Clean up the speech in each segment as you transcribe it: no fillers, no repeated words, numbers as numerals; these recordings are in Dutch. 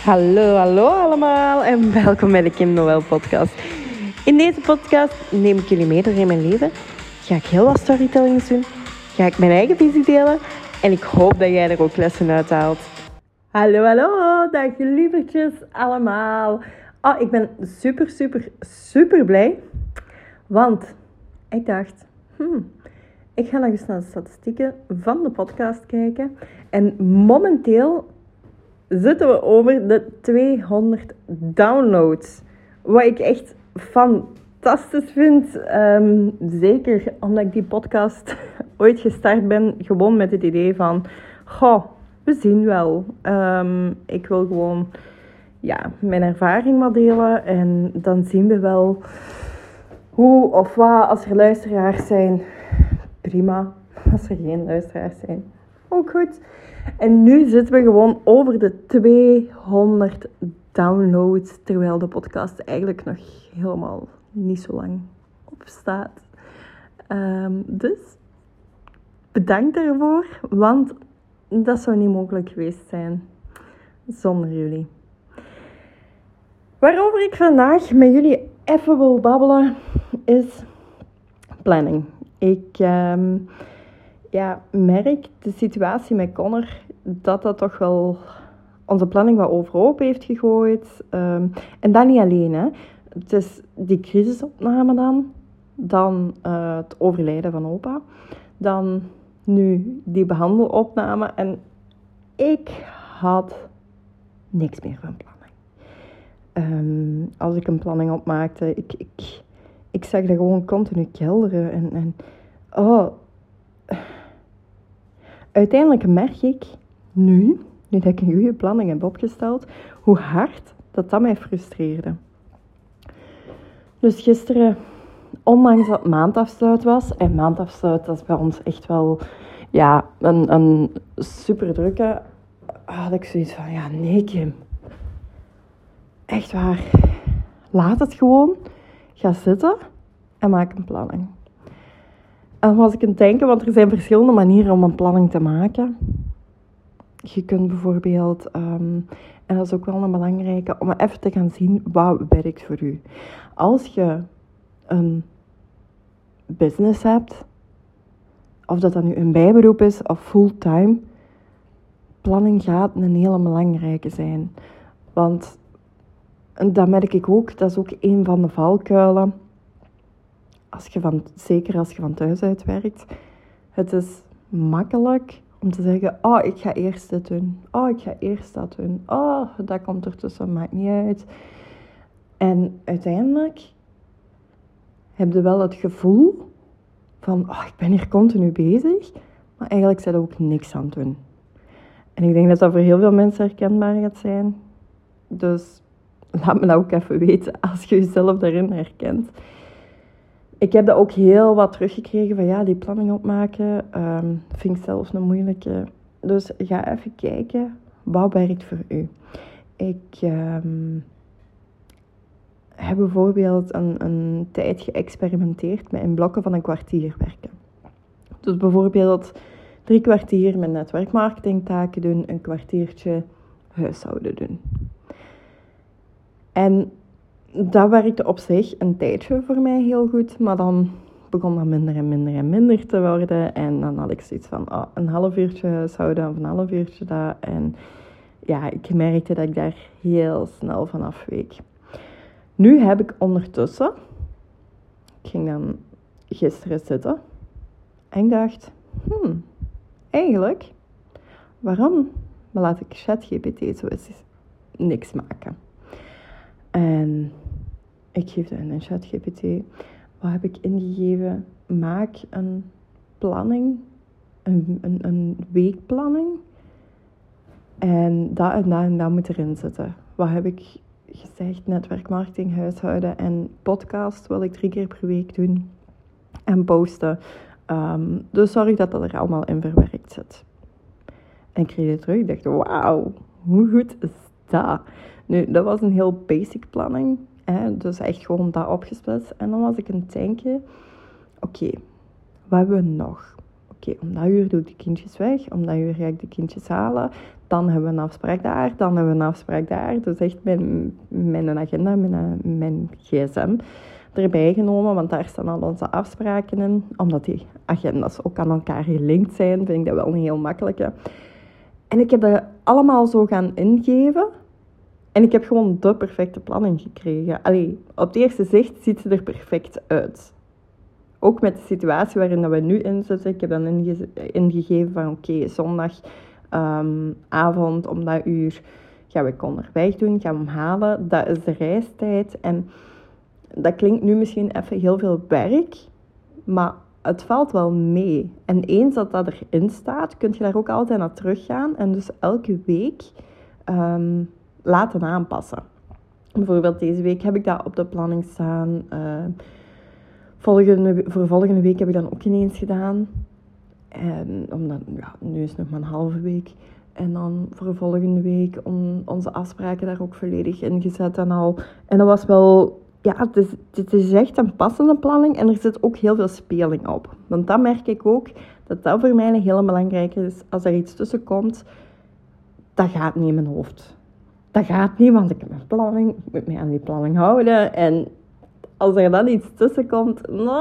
Hallo allemaal en welkom bij de Kim Noël podcast. In deze podcast neem ik jullie mee door in mijn leven. Ga ik heel wat storytellings doen. Ga ik mijn eigen visie delen. En ik hoop dat jij er ook lessen uit haalt. Hallo, dag lievertjes allemaal. Ik ben super blij. Want ik dacht, ik ga nog eens naar de statistieken van de podcast kijken. En momenteel zitten we over de 200 downloads. Wat ik echt fantastisch vind. Zeker omdat ik die podcast ooit gestart ben. Gewoon met het idee van, we zien wel. Ik wil gewoon mijn ervaring maar delen. En dan zien we wel hoe of wat. Als er luisteraars zijn, prima. Als er geen luisteraars zijn, ook goed. En nu zitten we gewoon over de 200 downloads, terwijl de podcast eigenlijk nog helemaal niet zo lang op staat. Dus bedankt daarvoor, want dat zou niet mogelijk geweest zijn zonder jullie. Waarover ik vandaag met jullie even wil babbelen is planning. Ik merk de situatie met Connor dat toch wel onze planning wat overhoop heeft gegooid. En dat niet alleen. Hè. Het is die crisisopname dan het overlijden van opa, dan nu die behandelopname. En ik had niks meer van planning. Als ik een planning opmaakte, ik zag dat gewoon continu kelderen. Uiteindelijk merk ik nu dat ik een goede planning heb opgesteld, hoe hard dat mij frustreerde. Dus gisteren, ondanks dat maandafsluit was, en maandafsluit dat is bij ons echt wel een super drukke, had ik zoiets van, nee Kim, echt waar, laat het gewoon, ga zitten en maak een planning. En was ik aan het denken, want er zijn verschillende manieren om een planning te maken. Je kunt bijvoorbeeld, en dat is ook wel een belangrijke, om even te gaan zien wat werkt voor u. Als je een business hebt, of dat nu een bijberoep is of fulltime, planning gaat een hele belangrijke zijn. Want dat merk ik ook, dat is ook een van de valkuilen. Zeker als je van thuis uit werkt, het is makkelijk om te zeggen, ik ga eerst dit doen. Ik ga eerst dat doen. Dat komt ertussen, maakt niet uit. En uiteindelijk heb je wel het gevoel van, ik ben hier continu bezig, maar eigenlijk zijn er ook niks aan het doen. En ik denk dat dat voor heel veel mensen herkenbaar gaat zijn. Dus laat me dat ook even weten als je jezelf daarin herkent. Ik heb dat ook heel wat teruggekregen van die planning opmaken. Vind ik zelfs een moeilijke. Dus ga even kijken, wat werkt voor u? Ik heb bijvoorbeeld een tijd geëxperimenteerd met in blokken van een kwartier werken. Dus bijvoorbeeld 3 kwartier met netwerkmarketingtaken doen, een kwartiertje huishouden doen. En dat werkte op zich een tijdje voor mij heel goed, maar dan begon dat minder te worden. En dan had ik zoiets van, een half uurtje huishouden of een half uurtje dat. En ik merkte dat ik daar heel snel van afweek. Nu heb ik ondertussen, ik ging dan gisteren zitten en ik dacht, eigenlijk, waarom laat ik ChatGPT zo eens niks maken? En ik geef dat in een ChatGPT. Wat heb ik ingegeven? Maak een planning, een weekplanning. En dat moet erin zitten. Wat heb ik gezegd? Netwerkmarketing, huishouden en podcast wil ik 3 keer per week doen. En posten. Dus zorg dat dat er allemaal in verwerkt zit. En ik kreeg het terug. Ik dacht, wauw, hoe goed is dat? Nu, dat was een heel basic planning. Dus echt gewoon dat opgesplitst. En dan was ik aan het denken, oké, wat hebben we nog? Om dat uur doe ik de kindjes weg. Om dat uur ga ik de kindjes halen. Dan hebben we een afspraak daar, dan hebben we een afspraak daar. Dus echt mijn agenda, mijn gsm erbij genomen, want daar staan al onze afspraken in. Omdat die agendas ook aan elkaar gelinkt zijn, vind ik dat wel een heel makkelijke. En ik heb dat allemaal zo gaan ingeven. En ik heb gewoon de perfecte planning gekregen. Allee, op het eerste zicht ziet ze er perfect uit. Ook met de situatie waarin we nu in zitten. Ik heb dan ingegeven van oké, zondagavond om dat uur gaan we onderweg doen, gaan we hem halen. Dat is de reistijd. En dat klinkt nu misschien even heel veel werk, maar het valt wel mee. En eens dat erin staat, kun je daar ook altijd naar teruggaan. En dus elke week laten aanpassen. Bijvoorbeeld deze week heb ik dat op de planning staan. Voor volgende week heb ik dan ook ineens gedaan. En omdat, nu is het nog maar een halve week. En dan voor volgende week onze afspraken daar ook volledig in gezet en al. En dat was wel... Ja, het is echt een passende planning en er zit ook heel veel speling op. Want dat merk ik ook, dat voor mij een hele belangrijke is. Als er iets tussen komt, dat gaat niet in mijn hoofd. Dat gaat niet, want ik heb een planning, ik moet mij aan die planning houden. En als er dan iets tussen komt,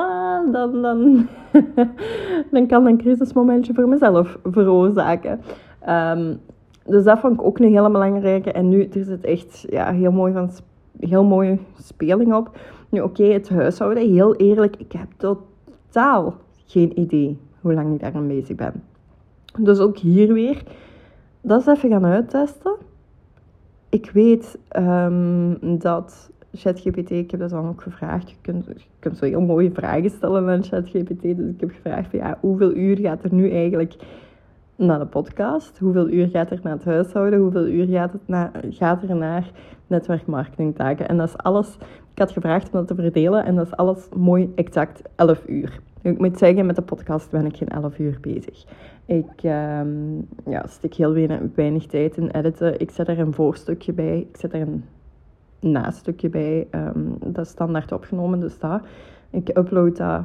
dan kan een crisismomentje voor mezelf veroorzaken. Dus dat vond ik ook een hele belangrijke. En nu, er zit echt heel mooie speling op. Nu, oké, het huishouden, heel eerlijk, ik heb totaal geen idee hoe lang ik daaraan bezig ben. Dus ook hier weer, dat is even gaan uittesten. Ik weet dat ChatGPT, ik heb dat dan ook gevraagd, je kunt zo heel mooie vragen stellen aan ChatGPT. Dus ik heb gevraagd van hoeveel uur gaat er nu eigenlijk naar de podcast? Hoeveel uur gaat er naar het huishouden? Hoeveel uur gaat er naar netwerkmarketingtaken? En dat is alles, ik had gevraagd om dat te verdelen en dat is alles mooi exact 11 uur. Ik moet zeggen, met de podcast ben ik geen 11 uur bezig. Ik stik heel weinig tijd in editen. Ik zet er een voorstukje bij. Ik zet er een nastukje bij. Dat is standaard opgenomen, dus dat. Ik upload dat.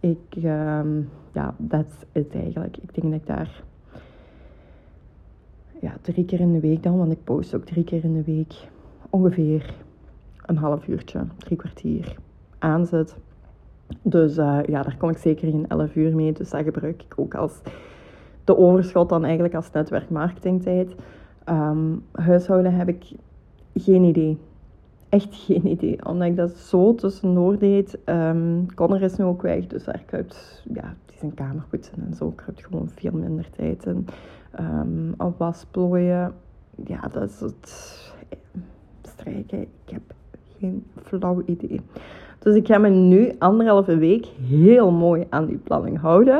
That's it eigenlijk. Ik denk dat ik daar 3 keer in de week dan, want ik post ook 3 keer in de week ongeveer een half uurtje, 3 kwartier aanzet. Dus daar kom ik zeker in 11 uur mee. Dus dat gebruik ik ook als de overschot dan eigenlijk als netwerkmarketingtijd. Huishouden heb ik geen idee. Echt geen idee. Omdat ik dat zo tussendoor deed. Connor is nu ook weg. Dus daar kruipt, het is een kamer poetsen en zo kruipt gewoon veel minder tijd in. Op was plooien. Ja, dat is het strijken. Ik heb geen flauw idee. Dus ik ga me nu 1,5 week heel mooi aan die planning houden.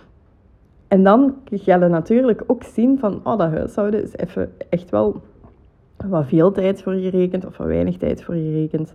En dan ga je natuurlijk ook zien van, dat huishouden is even echt wel wat veel tijd voor je rekent of wat weinig tijd voor je rekent.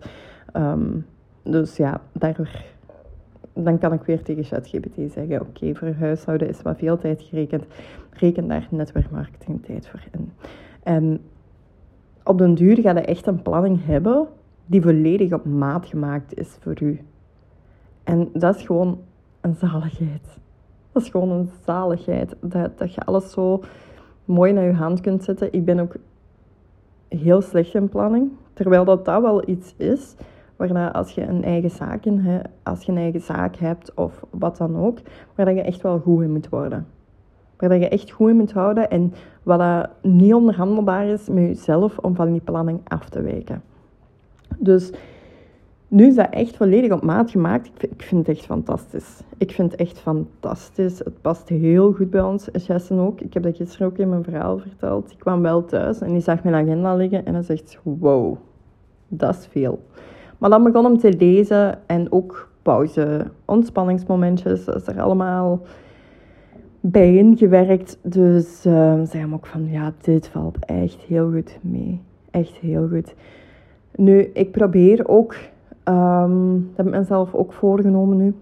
Dus daardoor, dan kan ik weer tegen ChatGPT zeggen, oké, voor huishouden is wat veel tijd gerekend. Reken daar netwerkmarketing tijd voor in. En op den duur ga je echt een planning hebben die volledig op maat gemaakt is voor u. En dat is gewoon een zaligheid. Dat is gewoon een zaligheid. Dat je alles zo mooi naar je hand kunt zetten. Ik ben ook heel slecht in planning. Terwijl dat wel iets is, waarna als je een eigen zaak hebt of wat dan ook, waar dat je echt wel goed in moet worden. Waar dat je echt goed in moet houden en wat dat niet onderhandelbaar is met jezelf om van die planning af te wijken. Dus nu is dat echt volledig op maat gemaakt. Ik vind het echt fantastisch. Het past heel goed bij ons. Jessen ook. Ik heb dat gisteren ook in mijn verhaal verteld. Ik kwam wel thuis en die zag mijn agenda liggen en hij zegt, wow, dat is veel. Maar dan begon hem te lezen en ook pauze, ontspanningsmomentjes. Dat is er allemaal bij ingewerkt. Dus zei hem ook van, dit valt echt heel goed mee. Echt heel goed. Nu, ik probeer ook, dat heb ik mezelf ook voorgenomen nu,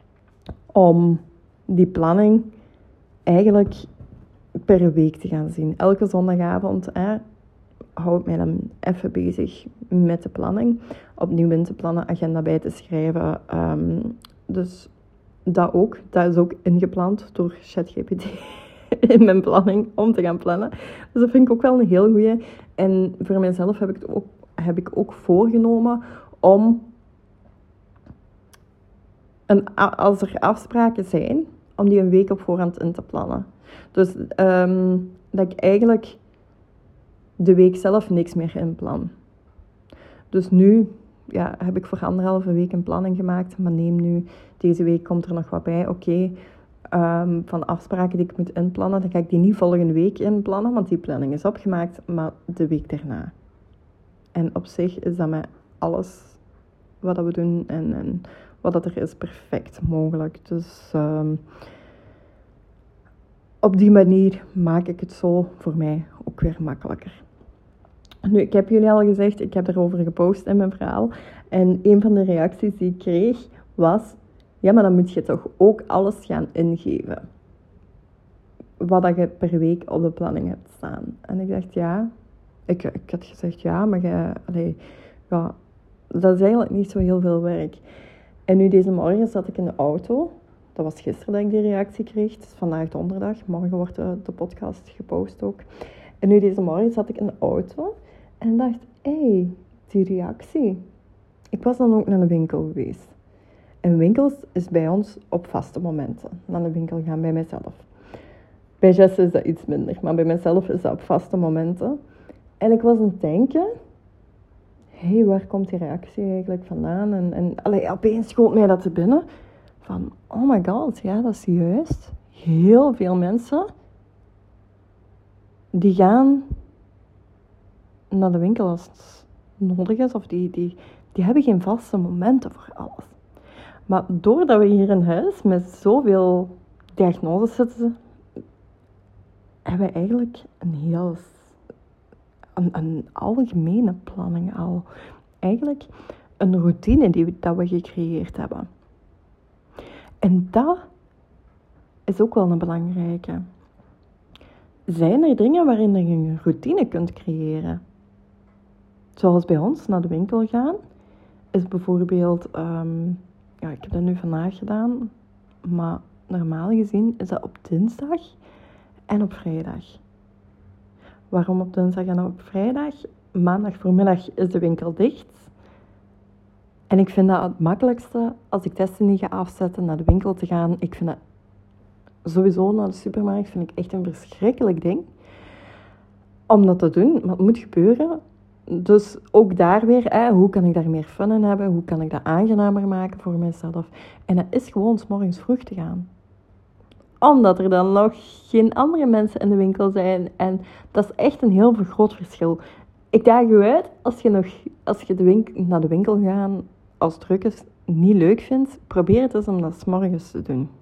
om die planning eigenlijk per week te gaan zien. Elke zondagavond hou ik mij dan even bezig met de planning. Opnieuw in te plannen, agenda bij te schrijven. Dus dat is ook ingepland door ChatGPT. in mijn planning om te gaan plannen. Dus dat vind ik ook wel een heel goeie. En voor mezelf heb ik ook voorgenomen om, als er afspraken zijn, om die een week op voorhand in te plannen. Dus dat ik eigenlijk de week zelf niks meer inplan. Dus nu heb ik voor 1,5 week een planning gemaakt. Maar neem nu, deze week komt er nog wat bij. Oké, van afspraken die ik moet inplannen, dan ga ik die niet volgende week inplannen, want die planning is opgemaakt, maar de week daarna. En op zich is dat met alles wat we doen en wat dat er is perfect mogelijk. Dus op die manier maak ik het zo voor mij ook weer makkelijker. Nu, ik heb jullie al gezegd, ik heb erover gepost in mijn verhaal. En een van de reacties die ik kreeg was, ja, maar dan moet je toch ook alles gaan ingeven. Wat dat je per week op de planning hebt staan. En ik dacht, ja. Ik had gezegd, ja, maar dat is eigenlijk niet zo heel veel werk. En nu deze morgen zat ik in de auto. Dat was gisteren dat ik die reactie kreeg. Het is vandaag donderdag. Morgen wordt de podcast gepost ook. En nu deze morgen zat ik in de auto. En dacht, die reactie. Ik was dan ook naar de winkel geweest. En winkels is bij ons op vaste momenten. Naar de winkel gaan bij mijzelf. Bij Jesse is dat iets minder. Maar bij mijzelf is dat op vaste momenten. En ik was aan het denken, waar komt die reactie eigenlijk vandaan? En opeens schoot mij dat te binnen. Van, oh my god, ja, dat is juist. Heel veel mensen die gaan naar de winkel als het nodig is. Of die hebben geen vaste momenten voor alles. Maar doordat we hier in huis met zoveel diagnoses zitten, hebben we eigenlijk een algemene planning al. Eigenlijk een routine dat we gecreëerd hebben. En dat is ook wel een belangrijke. Zijn er dingen waarin je een routine kunt creëren? Zoals bij ons naar de winkel gaan, is bijvoorbeeld, ik heb dat nu vandaag gedaan, maar normaal gezien is dat op dinsdag en op vrijdag. Waarom op dinsdag en op vrijdag? Maandag voormiddag is de winkel dicht. En ik vind dat het makkelijkste als ik Destiny ga afzetten naar de winkel te gaan. Ik vind dat sowieso naar de supermarkt vind ik echt een verschrikkelijk ding. Om dat te doen, maar het moet gebeuren. Dus ook daar weer, hoe kan ik daar meer fun in hebben? Hoe kan ik dat aangenamer maken voor mezelf? En dat is gewoon 's morgens vroeg te gaan. Omdat er dan nog geen andere mensen in de winkel zijn. En dat is echt een heel groot verschil. Ik daag u uit, als je naar de winkel gaan, als het druk is, niet leuk vindt, probeer het eens om dat 's morgens te doen.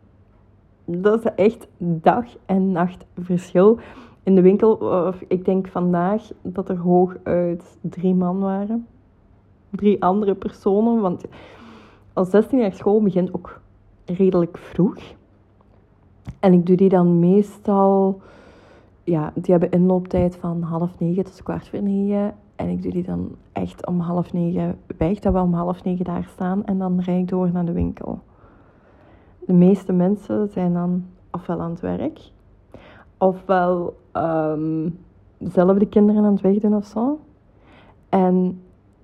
Dat is echt dag en nacht verschil. In de winkel, ik denk vandaag dat er hooguit 3 man waren. 3 andere personen, want als 16-jarige school begint ook redelijk vroeg. En ik doe die dan meestal, die hebben inlooptijd van 8:30 tot 8:15. En ik doe die dan echt om 8:30 weg, dat we om 8:30 daar staan. En dan rijd ik door naar de winkel. De meeste mensen zijn dan ofwel aan het werk, ofwel zelf de kinderen aan het wegdoen of zo. En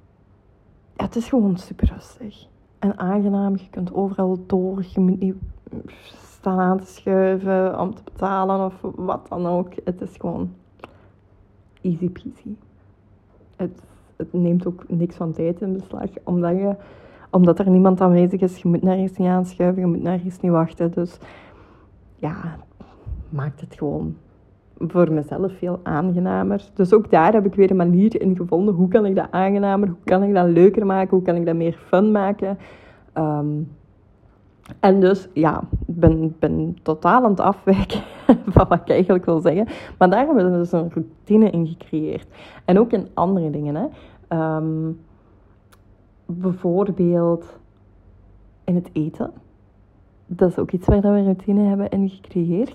het is gewoon super rustig. En aangenaam, je kunt overal door, je moet niet staan aan te schuiven om te betalen of wat dan ook. Het is gewoon easy peasy. Het neemt ook niks van tijd in beslag, omdat er niemand aanwezig is. Je moet nergens niet aanschuiven, je moet nergens niet wachten. Dus maakt het gewoon voor mezelf veel aangenamer. Dus ook daar heb ik weer een manier in gevonden. Hoe kan ik dat aangenamer? Hoe kan ik dat leuker maken? Hoe kan ik dat meer fun maken? En dus, ik ben totaal aan het afwijken van wat ik eigenlijk wil zeggen. Maar daar hebben we dus een routine in gecreëerd. En ook in andere dingen, hè. Bijvoorbeeld in het eten. Dat is ook iets waar we een routine hebben in gecreëerd.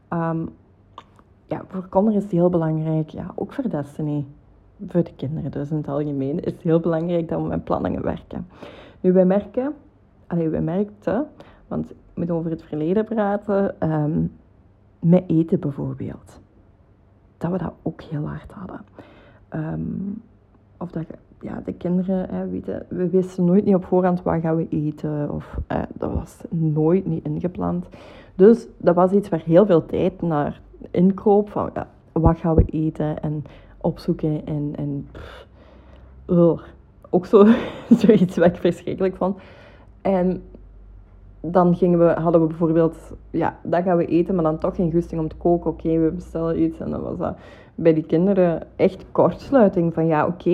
Voor Connor is het heel belangrijk, ook voor Destiny, voor de kinderen dus in het algemeen, is het heel belangrijk dat we met planningen werken. Nu, wij merkten, want ik moet over het verleden praten, met eten bijvoorbeeld. Dat we dat ook heel hard hadden. Of dat de kinderen weten, we wisten nooit niet op voorhand wat gaan we eten. Of dat was nooit niet ingepland. Dus dat was iets waar heel veel tijd naar inkroop. Van wat gaan we eten en opzoeken. Ook zoiets wat ik verschrikkelijk vond. En dan hadden we bijvoorbeeld, dat gaan we eten, maar dan toch geen goesting om te koken. Oké, we bestellen iets. En dan was dat bij die kinderen echt kortsluiting. Van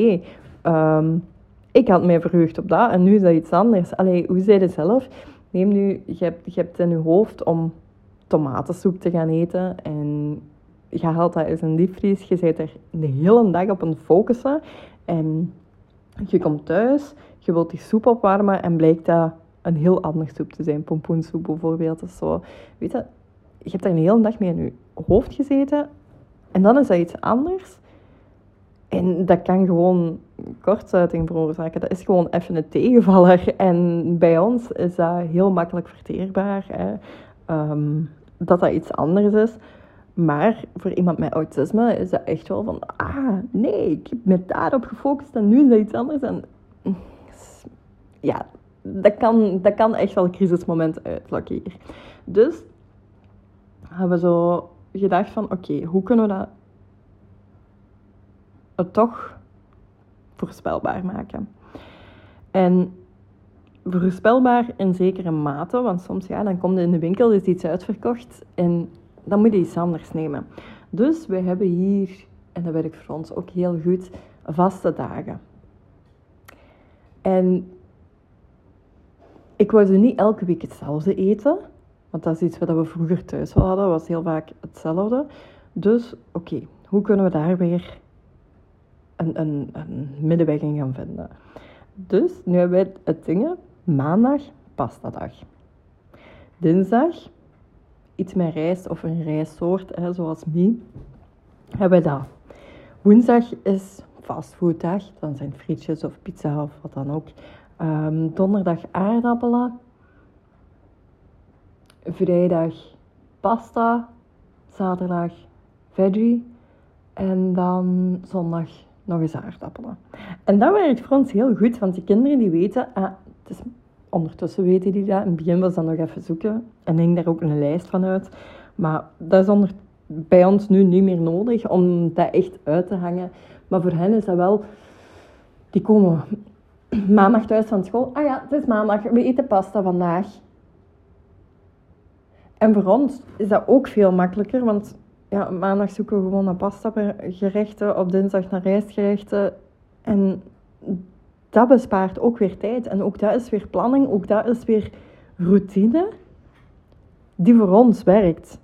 ik had mij verheugd op dat en nu is dat iets anders. Allee, hoe zei je zelf? Neem nu, je hebt in je hoofd om tomatensoep te gaan eten. En je haalt dat uit een diepvries. Je bent er de hele dag op aan het focussen. En je komt thuis, je wilt die soep opwarmen en blijkt dat een heel ander soep te zijn. Pompoensoep bijvoorbeeld of zo. Weet je hebt daar een hele dag mee in je hoofd gezeten. En dan is dat iets anders. En dat kan gewoon kortsluiting veroorzaken. Dat is gewoon even een tegenvaller. En bij ons is dat heel makkelijk verteerbaar. Dat iets anders is. Maar voor iemand met autisme is dat echt wel van... nee, ik heb me daarop gefocust en nu is dat iets anders. En ja, dat kan echt wel crisismomenten uitlokken hier. Dus hebben we zo gedacht van... Oké, hoe kunnen we dat het toch voorspelbaar maken? En voorspelbaar in zekere mate, want soms dan komt in de winkel, is iets uitverkocht en dan moet je iets anders nemen. Dus we hebben hier, en dat werkt voor ons ook heel goed, vaste dagen. En ik wou dus niet elke week hetzelfde eten, want dat is iets wat we vroeger thuis wel hadden, was heel vaak hetzelfde. Dus oké, hoe kunnen we daar weer een middenweg in gaan vinden? Dus nu hebben wij het dingen, maandag, pastadag. Dinsdag, iets met rijst of een rijstsoort, zoals mie, hebben we dat. Woensdag is fastfooddag, dan zijn frietjes of pizza of wat dan ook. Donderdag aardappelen. Vrijdag pasta. Zaterdag veggie. En dan zondag nog eens aardappelen. En dat werkt voor ons heel goed, want die kinderen die weten... ondertussen weten die dat. In het begin was dat nog even zoeken. En hing daar ook een lijst van uit. Maar dat is bij ons nu niet meer nodig om dat echt uit te hangen. Maar voor hen is dat wel... Die komen maandag thuis van school. Het is maandag. We eten pasta vandaag. En voor ons is dat ook veel makkelijker. Want maandag zoeken we gewoon naar pasta gerechten. Op dinsdag naar rijstgerechten. En dat bespaart ook weer tijd. En ook dat is weer planning. Ook dat is weer routine. Die voor ons werkt.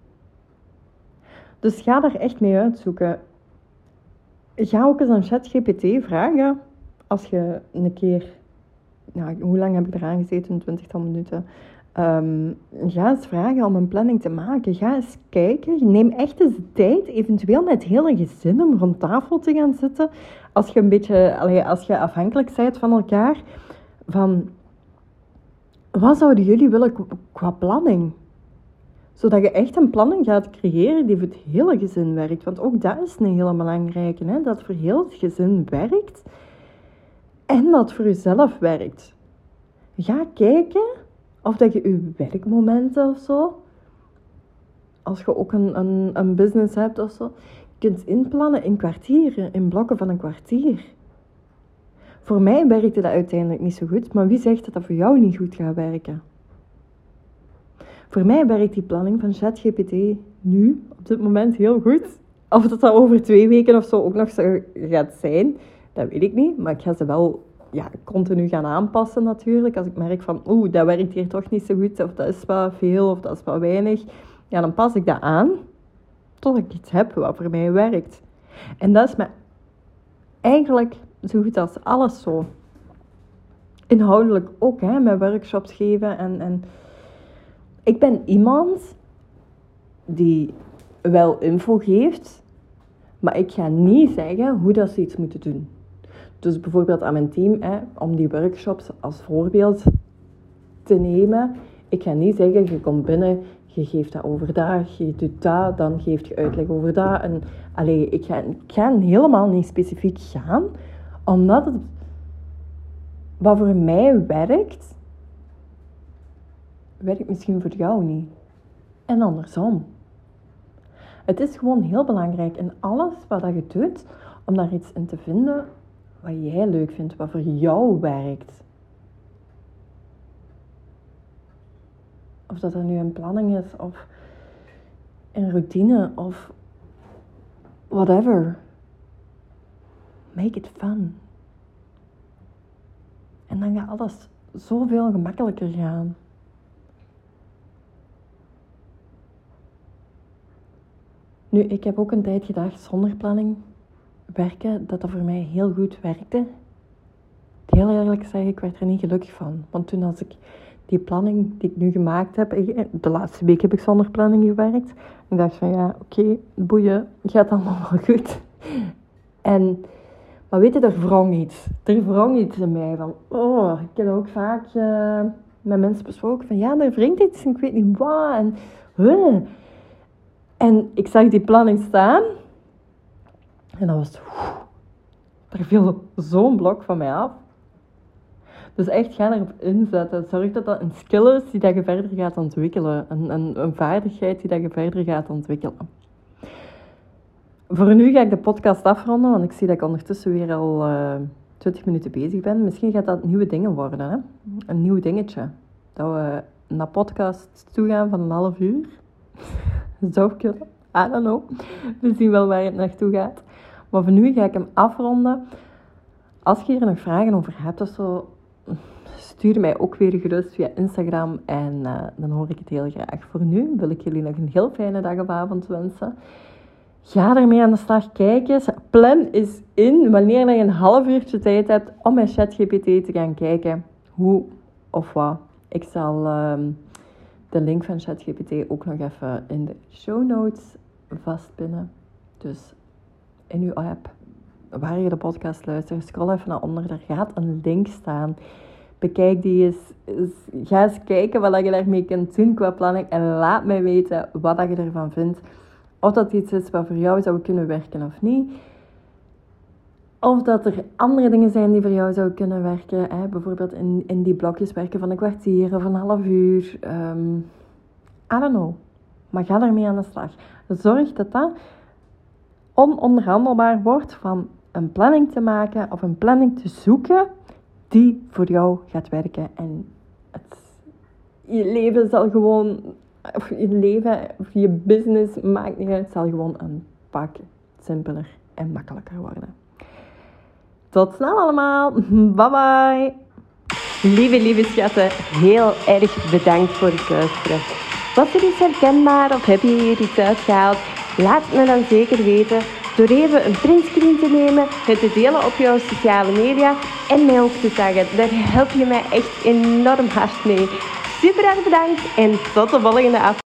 Dus ga daar echt mee uitzoeken. Ga ook eens aan ChatGPT vragen. Als je een keer... hoe lang heb ik eraan gezeten? 20 minuten. Ga eens vragen om een planning te maken. Ga eens kijken. Neem echt eens de tijd, eventueel met het hele gezin, om rond tafel te gaan zitten. Als je als je afhankelijk bent van elkaar. Van, wat zouden jullie willen qua planning? Zodat je echt een planning gaat creëren die voor het hele gezin werkt. Want ook dat is een hele belangrijke. Hè? Dat voor heel het gezin werkt. En dat voor jezelf werkt. Ga kijken of dat je je werkmomenten of zo... Als je ook een business hebt of zo... kunt inplannen in kwartieren. In blokken van een kwartier. Voor mij werkte dat uiteindelijk niet zo goed. Maar wie zegt dat dat voor jou niet goed gaat werken? Voor mij werkt die planning van ChatGPT nu, op dit moment, heel goed. Of dat over 2 weken of zo ook nog zo gaat zijn, dat weet ik niet. Maar ik ga ze wel continu gaan aanpassen natuurlijk. Als ik merk van, dat werkt hier toch niet zo goed. Of dat is wel veel, of dat is wel weinig. Ja, dan pas ik dat aan. Tot ik iets heb wat voor mij werkt. En dat is eigenlijk zo goed als alles zo. Inhoudelijk ook, met workshops geven en ik ben iemand die wel info geeft, maar ik ga niet zeggen hoe dat ze iets moeten doen. Dus bijvoorbeeld aan mijn team, om die workshops als voorbeeld te nemen. Ik ga niet zeggen, je komt binnen, je geeft dat overdag, je doet dat, dan geef je uitleg over dat. En, ik ga helemaal niet specifiek gaan, omdat het wat voor mij werkt misschien voor jou niet. En andersom. Het is gewoon heel belangrijk in alles wat je doet, om daar iets in te vinden wat jij leuk vindt, wat voor jou werkt. Of dat nu een planning is, of een routine, of whatever. Make it fun. En dan gaat alles zoveel gemakkelijker gaan. Nu, ik heb ook een tijd gedacht, zonder planning werken, dat voor mij heel goed werkte. Heel eerlijk zeg, ik werd er niet gelukkig van. Want toen als ik die planning die ik nu gemaakt heb, de laatste week heb ik zonder planning gewerkt. Ik dacht van ja, oké, boeien, gaat allemaal wel goed. Maar weet je, er wrong iets. Er wrong iets in mij. Ik heb ook vaak met mensen besproken van ja, er wringt iets en ik weet niet wat. En ik zag die planning staan. En dan was het... Er viel zo'n blok van mij af. Dus echt, ga erop inzetten. Zorg dat dat een skill is die dat je verder gaat ontwikkelen. Een vaardigheid die dat je verder gaat ontwikkelen. Voor nu ga ik de podcast afronden, want ik zie dat ik ondertussen weer al 20 minuten bezig ben. Misschien gaat dat nieuwe dingen worden, hè? Een nieuw dingetje. Dat we naar podcasts toe gaan van een half uur. Zou kunnen. I don't know. We zien wel waar het naartoe gaat. Maar voor nu ga ik hem afronden. Als je hier nog vragen over hebt of zo, stuur mij ook weer gerust via Instagram en dan hoor ik het heel graag. Voor nu wil ik jullie nog een heel fijne dag of avond wensen. Ga ermee aan de slag. Kijk eens. Plan eens in wanneer je een half uurtje tijd hebt om met ChatGPT te gaan kijken hoe of wat. Ik zal de link van ChatGPT ook nog even in de show notes vastpinnen. Dus in uw app, waar je de podcast luistert, scroll even naar onder. Daar gaat een link staan. Bekijk die eens. Ga eens kijken wat je daarmee kunt doen qua planning. En laat mij weten wat je ervan vindt. Of dat iets is wat voor jou zou kunnen werken of niet. Of dat er andere dingen zijn die voor jou zouden kunnen werken. Hè? Bijvoorbeeld in die blokjes werken van een kwartier of een half uur. I don't know. Maar ga ermee aan de slag. Zorg dat dat ononderhandelbaar wordt van een planning te maken of een planning te zoeken die voor jou gaat werken. En je leven zal gewoon, of je leven of je business, maakt niet uit, zal gewoon een pak simpeler en makkelijker worden. Tot snel allemaal. Bye bye. Lieve schatten, heel erg bedankt voor het luisteren. Was er iets herkenbaar of heb je hier iets uitgehaald? Laat het me dan zeker weten door even een printscreen te nemen, het te delen op jouw sociale media en mij ook te taggen. Daar help je mij echt enorm hard mee. Super erg bedankt en tot de volgende aflevering.